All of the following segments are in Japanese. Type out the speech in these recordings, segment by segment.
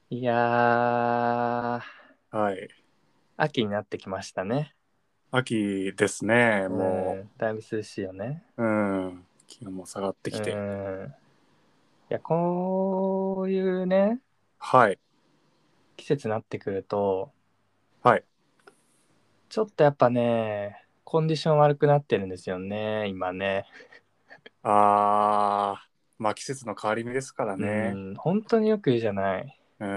いやはい。 秋になってきましたね。 秋ですね、もだいぶ涼しいよね。 う。うん。気温も下がってうきて。 ん。いや、こういうね、 はい。 季節になってくると、 はい。 ちょっとやっぱね、コンディション悪くなってるんですよね、今ね。 まあ季節の変わり目ですからね。 本当によく言うじゃない。 うん。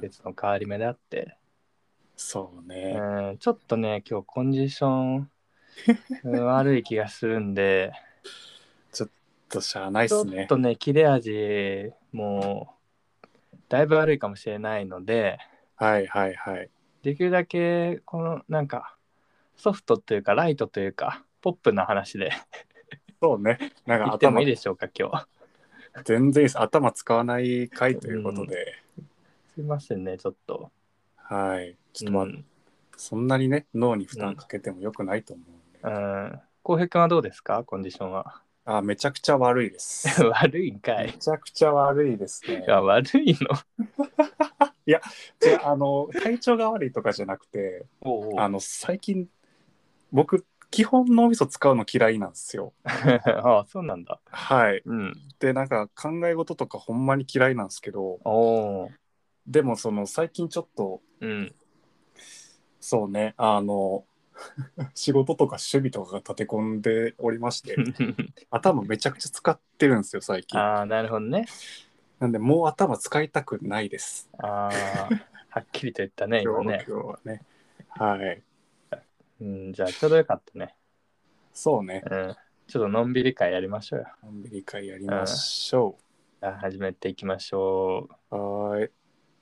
季節の変わり目だって。 そうね。 ちょっとね、今日コンディション悪い気がするんで、 ちょっとしゃあないっちょすね。 っとね、切れ味もだいぶ悪いかもしれないので、 はいはいはい。 できるだけこのなんかソフトというかライトというかポップな話でそうね。なん言ってもいかいでしょうか今日。 全然いいです。頭使わない回ということうん、 で。 すいませんねちょっと。 はい。ちょっとまあ、 うん、 そんなにね、脳に負うん、 担かけても良くないと思うんで。 浩平君はどうですかコンディションは。 めちゃくちゃ悪いです。 悪いんかい。 めちゃくちゃ悪いですいやね。 悪いの。 いや、違う、体調が悪いとかじゃなくて、 おうおう。 最近、僕、基本脳みそ使うの嫌いなんですよ。 ああそうなんだ。 はい。 うん。 で、なんか考え事とかほんまに嫌いなんですけど、 おお。 でも最近ちょっと、 うん。 そうね、仕事とか守備とかが立て込んでおりまして、頭めちゃくちゃ使ってるんですよ、最近。 ああなるほどね。 なんで、もう頭使いたくないです。 ああはっきりと言ったね今ね。 今日はね。はい。 じゃあちょうどよかったね。 そうね。 ちょっとのんびり会やりましょうよ。 のんびり会やりまうん。 しょじゃあ始めていきましょう。 う。はーい。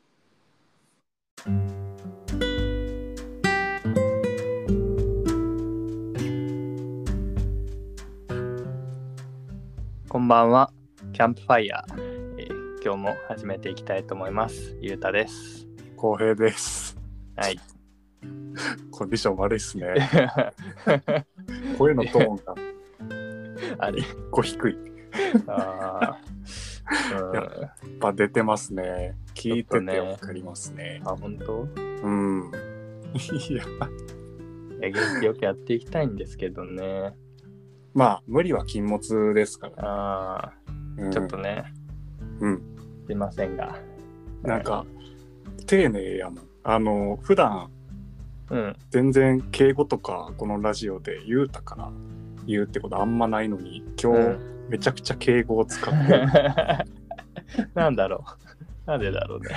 こんばんは。キャンプファイヤー。今日も始めていきたいと思います。ゆうたです。 浩平です。 はい。 コンディション悪いっすね。声のトーンがあれ一個低い。 あやっぱ出てますね。聞いててわかりますね。 本当うん。いや、 元気よくやっていきたいんですけどね。 まあ、無理は禁物ですから。 ちょっとね、 うん。 すいませんが。 なんか、丁寧やもん。普段、 うん。 全然敬語とか、このラジオで言うたから言うってことあんまないのに、今日、めちゃくちゃ敬語を使ってる。 なんだろう。なんでだろうね。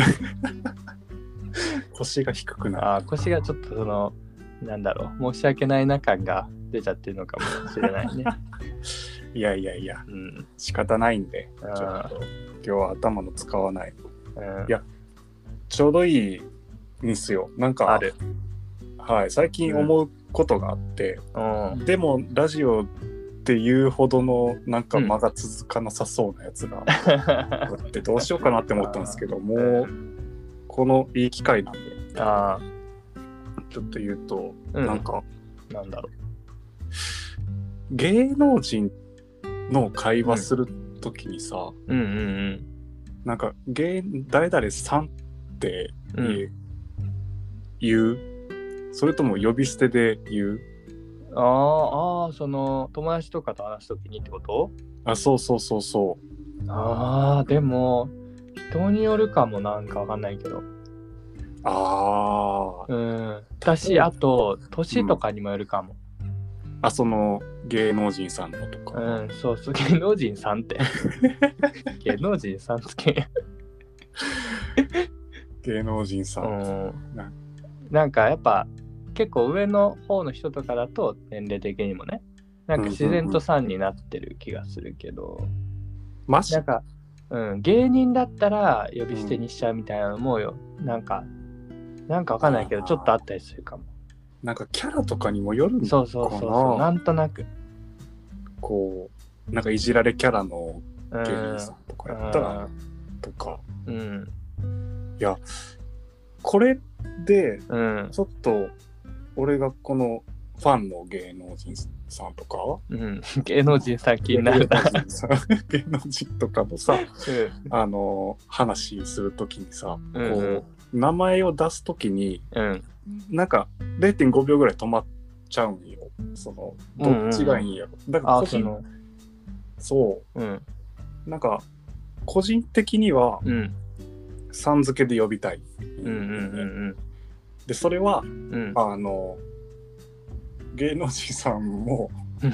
腰が低くなる。 腰がちょっとなんだろう。申し訳ないな感が出ちゃってるのかもしれないね。 いや、仕方ないんで、ちょっと今日は頭の使わない。いや、ちょうどいいんですよ。なんか、はい、最近思うことがあって、でもラジオっていうほどのなんか間が続かなさそうなやつがあってどうしようかなって思ったんですけど、もうこのいい機会なんで、ちょっと言うと、なんか、 なんだろう。 芸能人の会話するときにさ、なんか誰々さんって言う、それとも呼び捨てで言う？ その友達とかと話すときにってこと？ そう。 でも人によるかも、なんかわかんないけど。私、あと年とかにもよるかも。 その芸能人さんのとか。 そう芸能人さんって芸能人さんつけ芸能人さん、 なんかやっぱ結構上の方の人とかだと年齢的にもね、なんか自然とさんになってる気がするけど、なんか、芸人だったら呼び捨てにしちゃうみたいなのもよ、なんかわかんないけどちょっとあったりするかも。 なんかキャラとかにもよるんかな。 そうなんとなくこうなんかいじられキャラの芸人さんとかやったらとか、いやこれでちょっと俺がこのファンの芸能人さんとか、 うん、芸能人さん気になるな。 芸能人とかのさ、話するときにさ、こう名前を出すときに、なんか 0.5 秒ぐらい止まっちゃうんよ。そのどっちがいいんやろ。だから個人、そう、なんか個人的には、さん付けで呼びたい。でそれは、芸能人さんも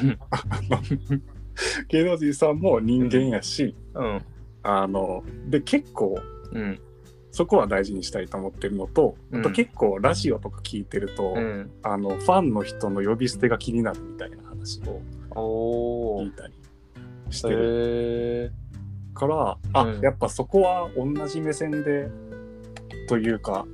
芸能人さんも人間やし、で結構、そこは大事にしたいと思ってるのと、あと結構ラジオとか聞いてると、ファンの人の呼び捨てが気になるみたいな話を聞いたりしてるから、やっぱそこは同じ目線でというか、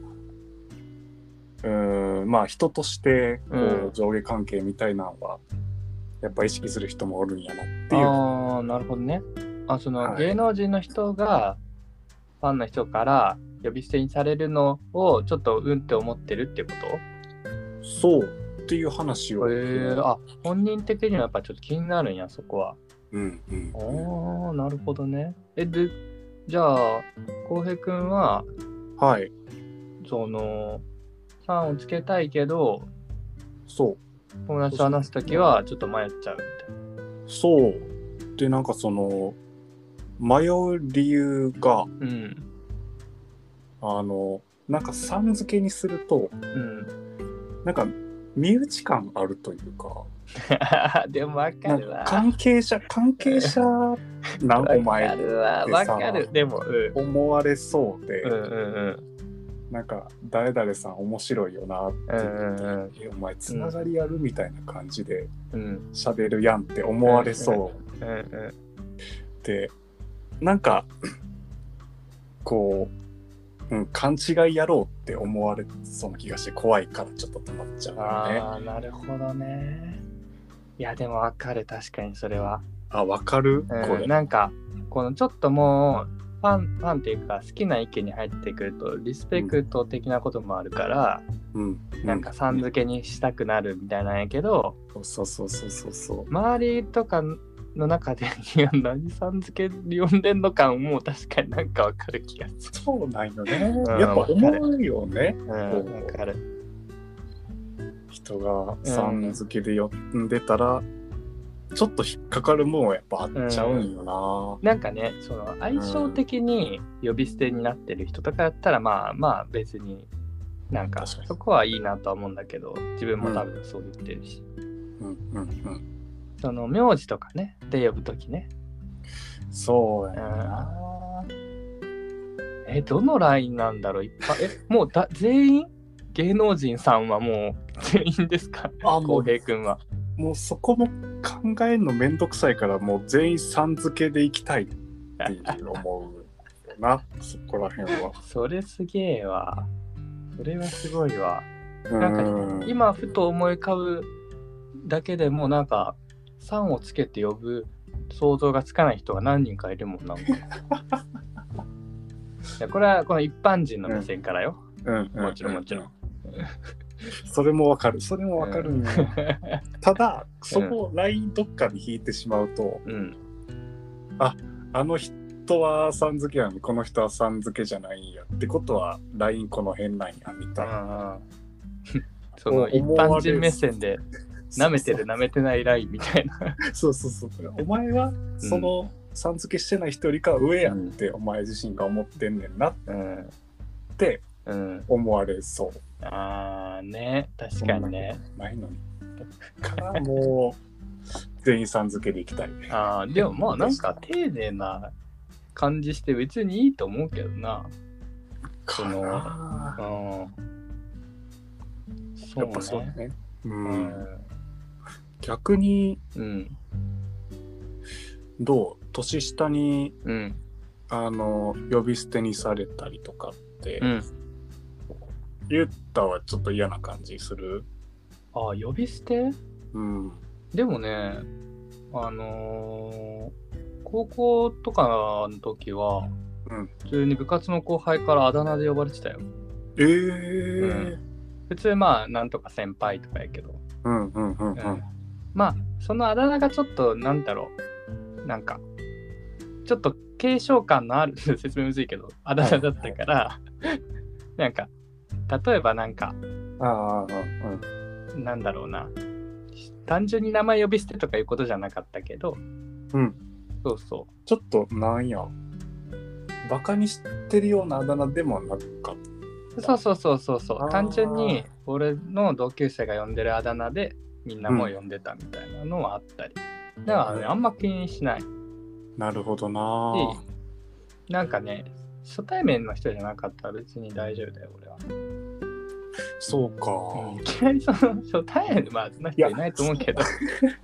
まあ人としてこう上下関係みたいなのはやっぱ意識する人もおるんやなっていう。 なるほどね。その芸能人の人がファンの人から呼び捨てにされるのをちょっとって思ってるってこと？ そうっていう話を。 本人的にはやっぱちょっと気になるんや、そこは。なるほどね。で、じゃあ浩平くんは、そのファンをつけたいけど、友達と話すときはちょっと迷っちゃうみたいな。 そうで、なんかその迷う理由が、なんかさん付けにすると、なんか身内感あるというかでも分かるわ。 関係者なお前って分かる。でも、 思われそうで、なんか誰々さん面白いよなって言って、お前つながりあるみたいな感じで喋るやんって思われそうで、なんかこう、勘違いやろうって思われそうな気がして怖いからちょっと止まっちゃうよね。 なるほどね。いやでも分かる、確かにそれは。 分かる、これなんかこのちょっともうファンっていうか好きな意見に入ってくるとリスペクト的なこともあるから、なんかさん付けにしたくなるみたいなんやけど、 そう周りとかの中で何さん付けで呼んでんの感も確かになんか分かる気がする。 そうなんよね。やっぱ思うよね。 分かる。 人がさん付けで呼んでたら、ちょっと引っかかるもんはやっぱあっちゃうんよな。 なんかね、その相性的に呼び捨てになってる人とかだったら、まあ別になんかそこはいいなとは思うんだけど、自分も多分そう言ってるし。その名字とかねで呼ぶときね。 そうやな。 どのラインなんだろう。もう全員芸能人さんはもう全員ですか？浩平くんは。 もうそこも考えるのめんどくさいからもう全員さん付けで行きたいって思うよなそこら辺は。 それすげえわ。それはすごいわ。なんか今ふと思い浮かぶだけでもなんかさんをつけて呼ぶ想像がつかない人が何人かいるもんなんか。いやこれはこの一般人の目線からよ。もちろん。 それもわかるんよ。ただそこを LINE どっかに引いてしまうと、あの人はさん付けなのにこの人はさん付けじゃないんやってことは LINE この辺なんやみたいな。 その一般人目線で舐めてる舐めてないラインみたいな。 そうお前はそのさん付けしてない人よりかは上やんってお前自身が思ってんねんなって思われそう。 ね、確かにね。 ないのに。からもう全員さん付けでいきたい。 でもまあなんか丁寧な感じして別にいいと思うけどな。 やっぱそうね。逆に、どう年下に、呼び捨てにされたりとかって、言ったはちょっと嫌な感じする？ 呼び捨て？でもね、高校とかの時は、普通に部活の後輩からあだ名で呼ばれてたよ。 普通まあなんとか先輩とかやけど。 まあそのあだ名がちょっとなんだろう、なんかちょっと継承感のある説明むずいけどあだ名だったから、なんか例えばなんかなんだろうな、単純に名前呼び捨てとかいうことじゃなかったけど、そうそう、 ちょっとなんやバカにしてるようなあだ名でもなかった。 そう単純に俺の同級生が呼んでるあだ名でみんなも呼んでたみたいなのはあったり、だからね、あんま気にしない。 なるほどな。 なんかね、初対面の人じゃなかったら別に大丈夫だよ俺は。 そうか、 いきなりその初対面でまあそんな人いないと思うけど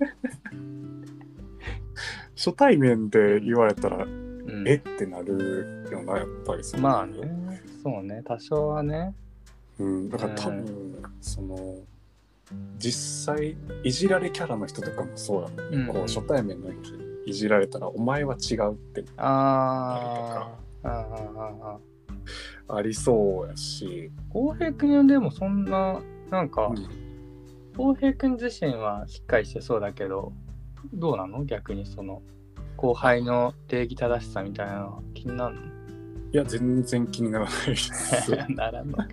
初対面で言われたら、えってなるよな、やっぱり。 まあね、そうね、多少はね。 だから多分、その実際いじられキャラの人とかもそうだもん、こう初対面の人にいじられたらお前は違うってありそうやし、 浩平君でもそんななんか浩平君自身はしっかりしてそうだけど、どうなの逆にその後輩の礼儀正しさみたいなのは気になるの？ いや全然気にならないですならんのか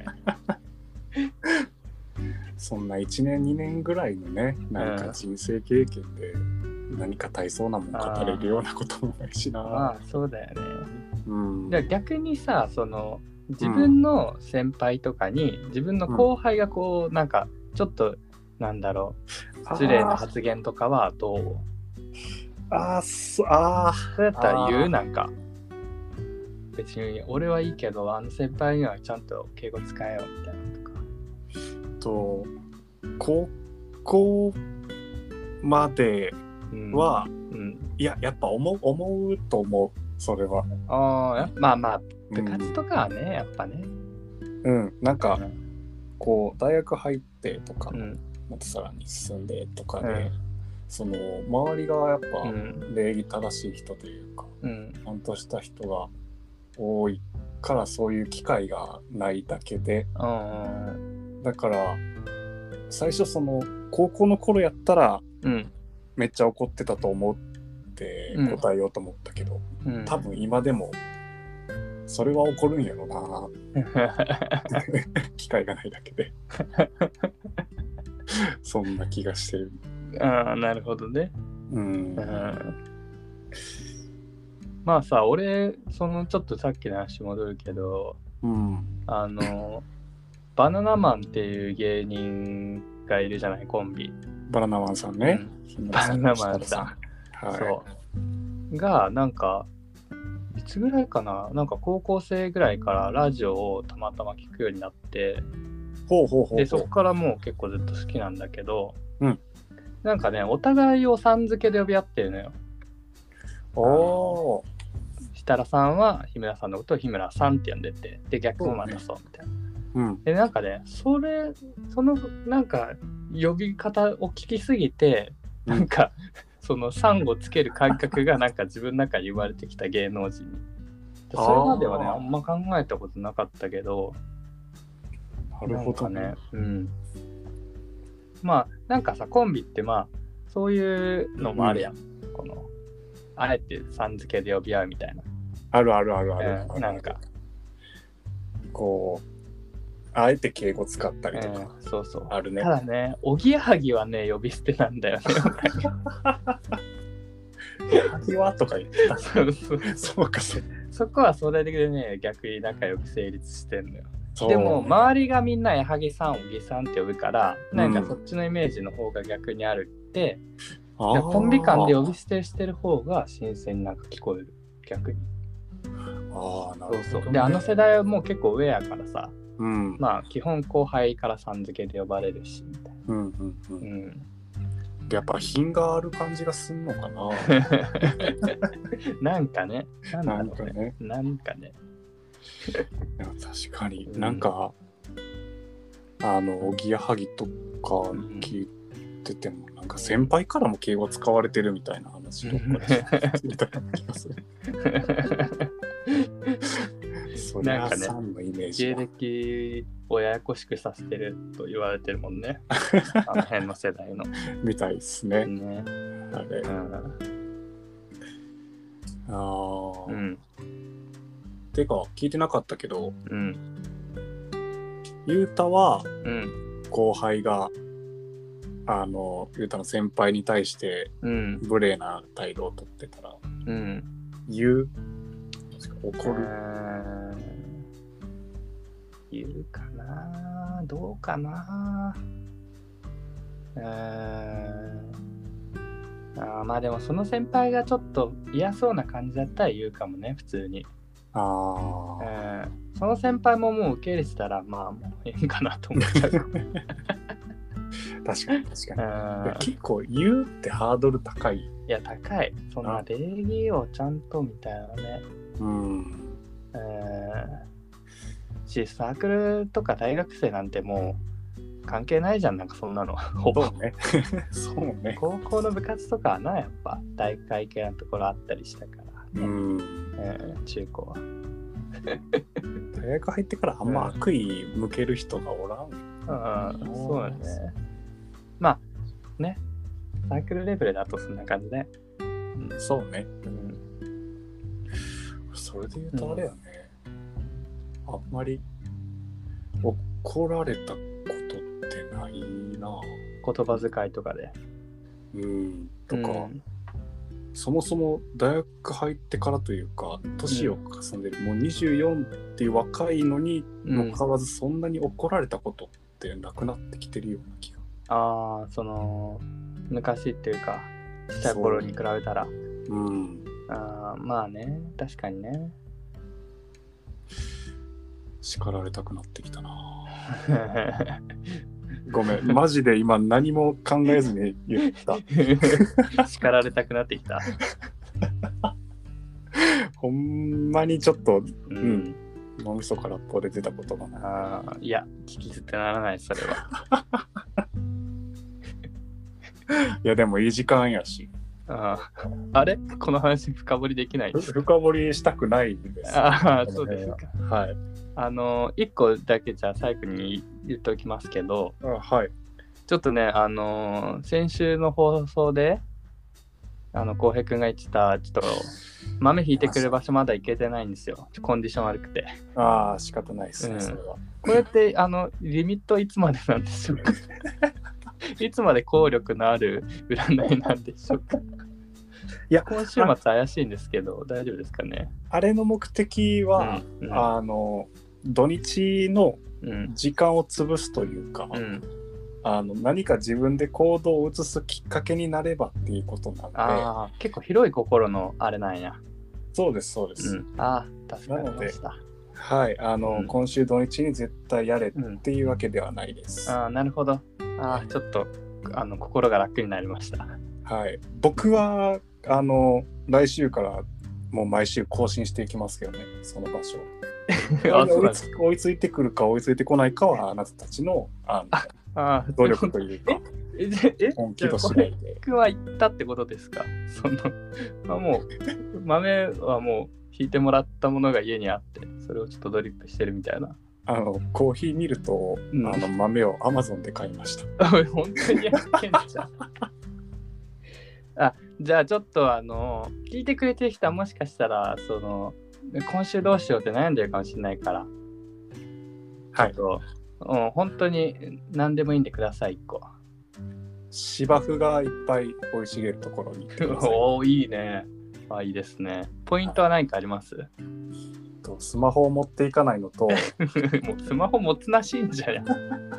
そんな1年2年ぐらいのね、なんか人生経験で何か大層なもん語れるようなこともないしな。 まあそうだよね。じゃあ逆にさ、その自分の先輩とかに自分の後輩がこうなんかちょっとなんだろう、失礼な発言とかはどう？そうやったら言う？なんか別に俺はいいけどあの先輩にはちゃんと敬語使えよみたいなとか。 高校までは、いややっぱ思うと思う、それは。 まあまあ部活とかはね、やっぱね。 なんか、こう大学入ってとか、またさらに進んでとかで、その周りがやっぱ礼儀正しい人というか、ちゃんとした人が多いからそういう機会がないだけで、だから最初その高校の頃やったら、めっちゃ怒ってたと思って答えようと思ったけど、多分今でもそれは怒るんやろな機会がないだけでそんな気がしてる。 なるほどね。まあさ、俺そのちょっとさっきの話戻るけど、バナナマンっていう芸人がいるじゃない、コンビ。 バナナマンさんね。 バナナマンさん。そうがなんかいつぐらいかな、なんか高校生ぐらいからラジオをたまたま聞くようになって、でそこからもう結構ずっと好きなんだけど、なんかね、お互いをさん付けで呼び合ってるのよ。設楽さんは日村さんのことを日村さんって呼んでて、で逆もまたそうみたいな。でなんかね、そのなんか呼び方を聞きすぎて、なんかその産後つける感覚がなんか自分の中に言われてきた芸能人に。それまではね、あんま考えたことなかったけど。 なるほどね。 まあなんかさ、コンビってまあそういうのもあるやん。このあえてさん付けで呼び合うみたいな。 ある。なんかこうあえて敬語使ったりとか、 そうあるね。 ただね、おぎやはぎはね呼び捨てなんだよね。 はぎはとか言ってた。そうかそこはそれでね逆に仲良く成立してんのよ。でも周りがみんな矢作さん、小木さんって呼ぶから、なんかそっちのイメージの方が逆にあるって、コンビ間で呼び捨てしてる方が新鮮になんか聞こえる、逆に。 なるほどね。 であの世代はもう結構上やからさ、まあ基本後輩からさん付けで呼ばれるしみたいな。 やっぱ品がある感じがすんのかな。 なんかね。 なんかね。いや確かに、なんかおぎやはぎとか聞いてても、なんか先輩からも敬語使われてるみたいな話とか聞いた気がする。 それはさんのイメージ芸歴をややこしくさせてると言われてるもんね。あの辺の世代の。 みたいですね。 ね。 あれ。 うん。 てか聞いてなかったけど、 うん。 ゆうたは、 うん、 後輩がゆうたの先輩に対して無礼な態度をとってたら、 うん、 怒る、 言うかな、どうかな。まあでもその先輩がちょっと嫌そうな感じだったら言うかもね、普通に。その先輩ももう受け入れてたらまあもういいかなと思っちゃう。 確かに結構言うってハードル高い。 いや高い。そんな礼儀をちゃんとみたいなね。サークルとか大学生なんてもう関係ないじゃん、なんかそんなの。ほぼね。そうね。 高校の部活とかはな、やっぱ大会系のところあったりしたから、ね。中高は。 大学入ってからあんま悪意向ける人がおらん。 そうだね。まあね、サークルレベルだとそんな感じで。 そうね。それで言うとあれやね。あんまり怒られたことってないな。 言葉遣いとかで。 とか、そもそも大学入ってからというか、年を重ねる、もう24っていう若いのにもかかわらずそんなに怒られたことってなくなってきてるような気が。 その昔っていうかちっちゃい頃に比べたら。まあね、確かにね。 叱られたくなってきたな。ごめん、マジで今何も考えずに言った。 叱られたくなってきた。 ほんまにちょっと、脳みそからぽれてたことがな。 いや、聞き捨てならない、それは。 いや、でもいい時間やし。 あれこの話深掘りできない？ 深掘りしたくないんです。 そうですか。 はい。 1個だけじゃあ最後に言っておきますけど、 はい。 ちょっとね、先週の放送で、浩平くんが言ってた、ちょっと豆引いてくる場所まだ行けてないんですよ。コンディション悪くて。 仕方ないですね、それは。 これって、リミットいつまでなんでしょうか？いつまで効力のある占いなんでしょうか？いや、今週末怪しいんですけど、大丈夫ですかね？ あれの目的は、土日の時間を潰すというか、何か自分で行動を移すきっかけになればっていうことなので。結構広い心のあれなんや。 そうです、そうです。 助かりました。 はい、今週土日に絶対やれっていうわけではないです。 なるほど。ちょっと心が楽になりました。 はい、僕は来週からもう毎週更新していきますけどね、その場所。追いついてくるか追いついてこないかはあなたたちの努力というか本気としないで。 僕は行ったってことですか？もう豆はもう引いてもらったものが家にあって、それをちょっとドリップしてるみたいな。 コーヒー見ると、豆を Amazon で買いました。 本当にやってんじゃん。じゃあちょっと聞いてくれてる人はもしかしたら今週どうしようって悩んでるかもしれないから、 はい、 本当に何でもいいんでください。1個芝生がいっぱい生い茂るところに行ってください。 いいね。いいですね。ポイントは何かあります？ スマホを持っていかないのともうスマホ持つなしんじゃや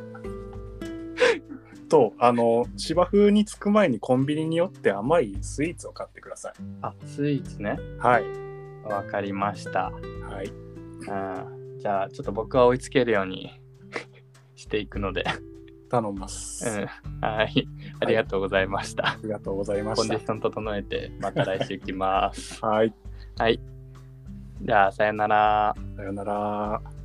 と芝生に着く前にコンビニに寄って甘いスイーツを買ってください。 スイーツね。 はい、 わかりました。 はい。 じゃあちょっと僕は追いつけるようにしていくので頼みます。 はい、ありがとうございました。 ありがとうございました。 コンディション整えてまた来週来ます。 はい。 はい。じゃあさよなら。 さよなら。